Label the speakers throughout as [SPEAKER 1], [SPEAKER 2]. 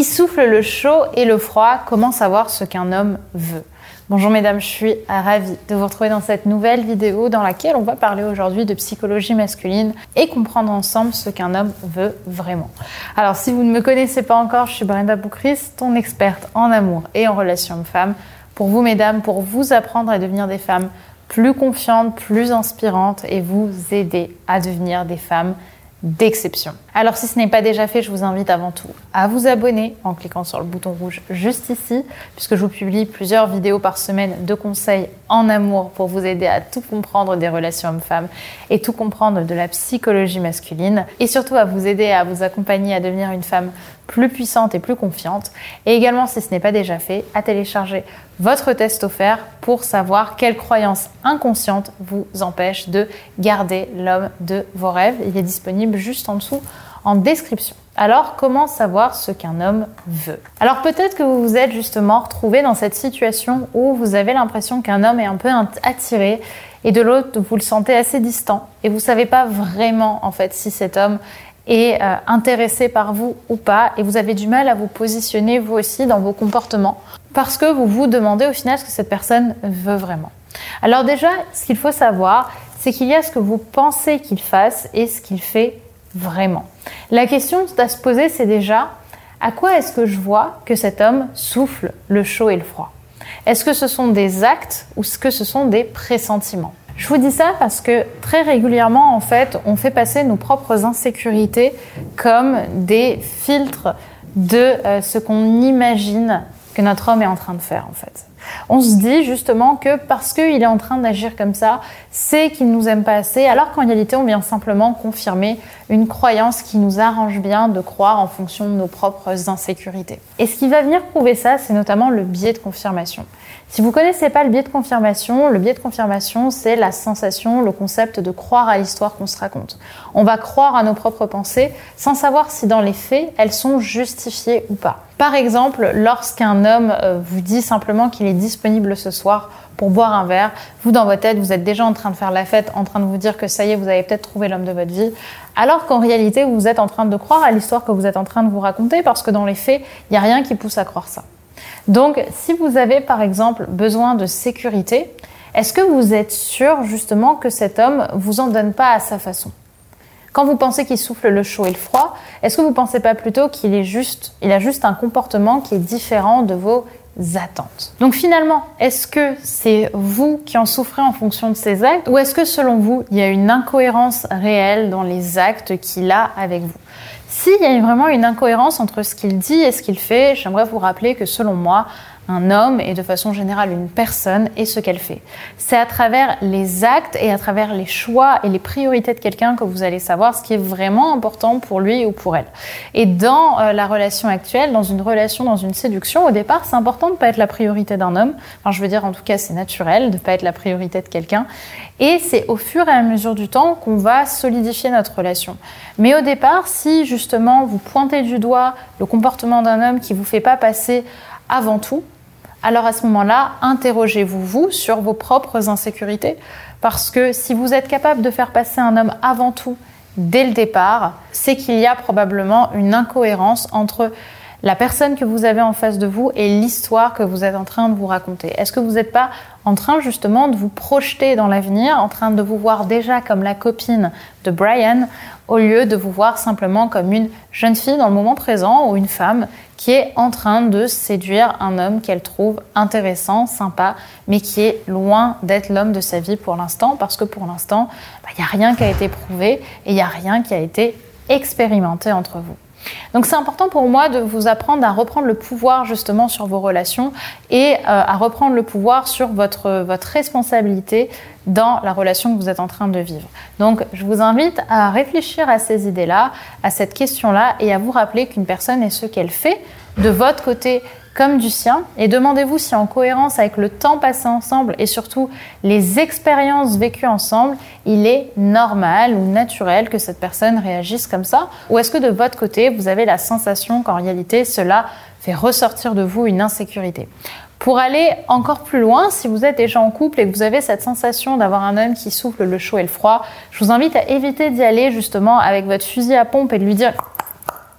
[SPEAKER 1] qui souffle le chaud et le froid, comment savoir ce qu'un homme veut? Bonjour mesdames, je suis ravie de vous retrouver dans cette nouvelle vidéo dans laquelle on va parler aujourd'hui de psychologie masculine et comprendre ensemble ce qu'un homme veut vraiment. Alors si vous ne me connaissez pas encore, je suis Brenda Boucris, ton experte en amour et en relations hommes-femmes. Pour vous mesdames, pour vous apprendre à devenir des femmes plus confiantes, plus inspirantes et vous aider à devenir des femmes d'exception. Alors si ce n'est pas déjà fait, je vous invite avant tout à vous abonner en cliquant sur le bouton rouge juste ici, puisque je vous publie plusieurs vidéos par semaine de conseils en amour pour vous aider à tout comprendre des relations hommes-femmes et tout comprendre de la psychologie masculine, et surtout à vous aider à vous accompagner à devenir une femme plus puissante et plus confiante, et également si ce n'est pas déjà fait, à télécharger votre test offert pour savoir quelles croyances inconscientes vous empêchent de garder l'homme de vos rêves. Il est disponible juste en dessous en description. Alors, comment savoir ce qu'un homme veut? Alors peut-être que vous vous êtes justement retrouvé dans cette situation où vous avez l'impression qu'un homme est un peu attiré et de l'autre, vous le sentez assez distant et vous ne savez pas vraiment en fait si cet homme est intéressé par vous ou pas, et vous avez du mal à vous positionner vous aussi dans vos comportements parce que vous vous demandez au final ce que cette personne veut vraiment. Alors déjà, ce qu'il faut savoir, c'est qu'il y a ce que vous pensez qu'il fasse et ce qu'il fait vraiment. La question à se poser, c'est déjà à quoi est-ce que je vois que cet homme souffle le chaud et le froid? Est-ce que ce sont des actes ou est-ce que ce sont des pressentiments? Je vous dis ça parce que très régulièrement, en fait, on fait passer nos propres insécurités comme des filtres de ce qu'on imagine que notre homme est en train de faire, en fait. On se dit justement que parce qu'il est en train d'agir comme ça, c'est qu'il ne nous aime pas assez, alors qu'en réalité, on vient simplement confirmer une croyance qui nous arrange bien de croire en fonction de nos propres insécurités. Et ce qui va venir prouver ça, c'est notamment le biais de confirmation. Si vous ne connaissez pas le biais de confirmation, c'est la sensation, le concept de croire à l'histoire qu'on se raconte. On va croire à nos propres pensées sans savoir si dans les faits, elles sont justifiées ou pas. Par exemple, lorsqu'un homme vous dit simplement qu'il est disponible ce soir pour boire un verre, vous dans votre tête, vous êtes déjà en train de faire la fête, en train de vous dire que ça y est, vous avez peut-être trouvé l'homme de votre vie, alors qu'en réalité, vous êtes en train de croire à l'histoire que vous êtes en train de vous raconter parce que dans les faits, il n'y a rien qui pousse à croire ça. Donc, si vous avez par exemple besoin de sécurité, est-ce que vous êtes sûr justement que cet homme vous en donne pas à sa façon? Quand vous pensez qu'il souffle le chaud et le froid, est-ce que vous ne pensez pas plutôt qu'il a juste un comportement qui est différent de vos attentes? Donc finalement, est-ce que c'est vous qui en souffrez en fonction de ces actes, ou est-ce que selon vous, il y a une incohérence réelle dans les actes qu'il a avec vous? S'il y a vraiment une incohérence entre ce qu'il dit et ce qu'il fait, j'aimerais vous rappeler que selon moi, un homme et de façon générale une personne est ce qu'elle fait. C'est à travers les actes et à travers les choix et les priorités de quelqu'un que vous allez savoir ce qui est vraiment important pour lui ou pour elle. Et dans la relation actuelle, dans une séduction, au départ, c'est important de ne pas être la priorité d'un homme. Enfin, je veux dire, en tout cas, c'est naturel de ne pas être la priorité de quelqu'un. Et c'est au fur et à mesure du temps qu'on va solidifier notre relation. Mais au départ, si justement vous pointez du doigt le comportement d'un homme qui ne vous fait pas passer avant tout, alors à ce moment-là, interrogez-vous sur vos propres insécurités, parce que si vous êtes capable de faire passer un homme avant tout dès le départ, c'est qu'il y a probablement une incohérence entre la personne que vous avez en face de vous et l'histoire que vous êtes en train de vous raconter. Est-ce que vous n'êtes pas en train justement de vous projeter dans l'avenir, en train de vous voir déjà comme la copine de Brian, au lieu de vous voir simplement comme une jeune fille dans le moment présent ou une femme qui est en train de séduire un homme qu'elle trouve intéressant, sympa, mais qui est loin d'être l'homme de sa vie pour l'instant, parce que pour l'instant, il n'y a rien qui a été prouvé et il n'y a rien qui a été expérimenté entre vous. Donc c'est important pour moi de vous apprendre à reprendre le pouvoir justement sur vos relations et à reprendre le pouvoir sur votre responsabilité dans la relation que vous êtes en train de vivre. Donc je vous invite à réfléchir à ces idées-là, à cette question-là, et à vous rappeler qu'une personne est ce qu'elle fait de votre côté comme du sien, et demandez-vous si en cohérence avec le temps passé ensemble et surtout les expériences vécues ensemble, il est normal ou naturel que cette personne réagisse comme ça, ou est-ce que de votre côté, vous avez la sensation qu'en réalité, cela fait ressortir de vous une insécurité. Pour aller encore plus loin, si vous êtes déjà en couple et que vous avez cette sensation d'avoir un homme qui souffle le chaud et le froid, je vous invite à éviter d'y aller justement avec votre fusil à pompe et de lui dire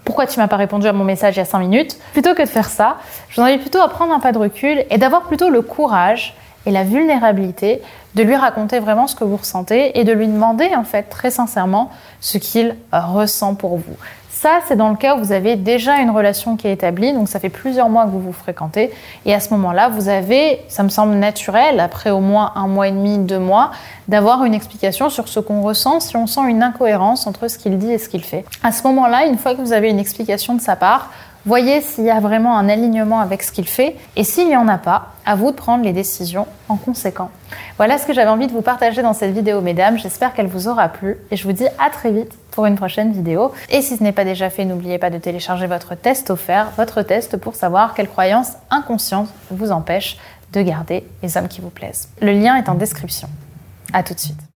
[SPEAKER 1] pourquoi tu m'as pas répondu à mon message il y a 5 minutes? Plutôt que de faire ça, je vous invite plutôt à prendre un pas de recul et d'avoir plutôt le courage et la vulnérabilité de lui raconter vraiment ce que vous ressentez et de lui demander en fait très sincèrement ce qu'il ressent pour vous. Ça, c'est dans le cas où vous avez déjà une relation qui est établie, donc ça fait plusieurs mois que vous vous fréquentez, et à ce moment-là, vous avez, ça me semble naturel, après au moins 1 mois et demi, 2 mois, d'avoir une explication sur ce qu'on ressent si on sent une incohérence entre ce qu'il dit et ce qu'il fait. À ce moment-là, une fois que vous avez une explication de sa part, voyez s'il y a vraiment un alignement avec ce qu'il fait, et s'il n'y en a pas, à vous de prendre les décisions en conséquent. Voilà ce que j'avais envie de vous partager dans cette vidéo, mesdames. J'espère qu'elle vous aura plu, et je vous dis à très vite pour une prochaine vidéo. Et si ce n'est pas déjà fait, n'oubliez pas de télécharger votre test offert, votre test pour savoir quelles croyances inconscientes vous empêchent de garder les hommes qui vous plaisent. Le lien est en description. À tout de suite.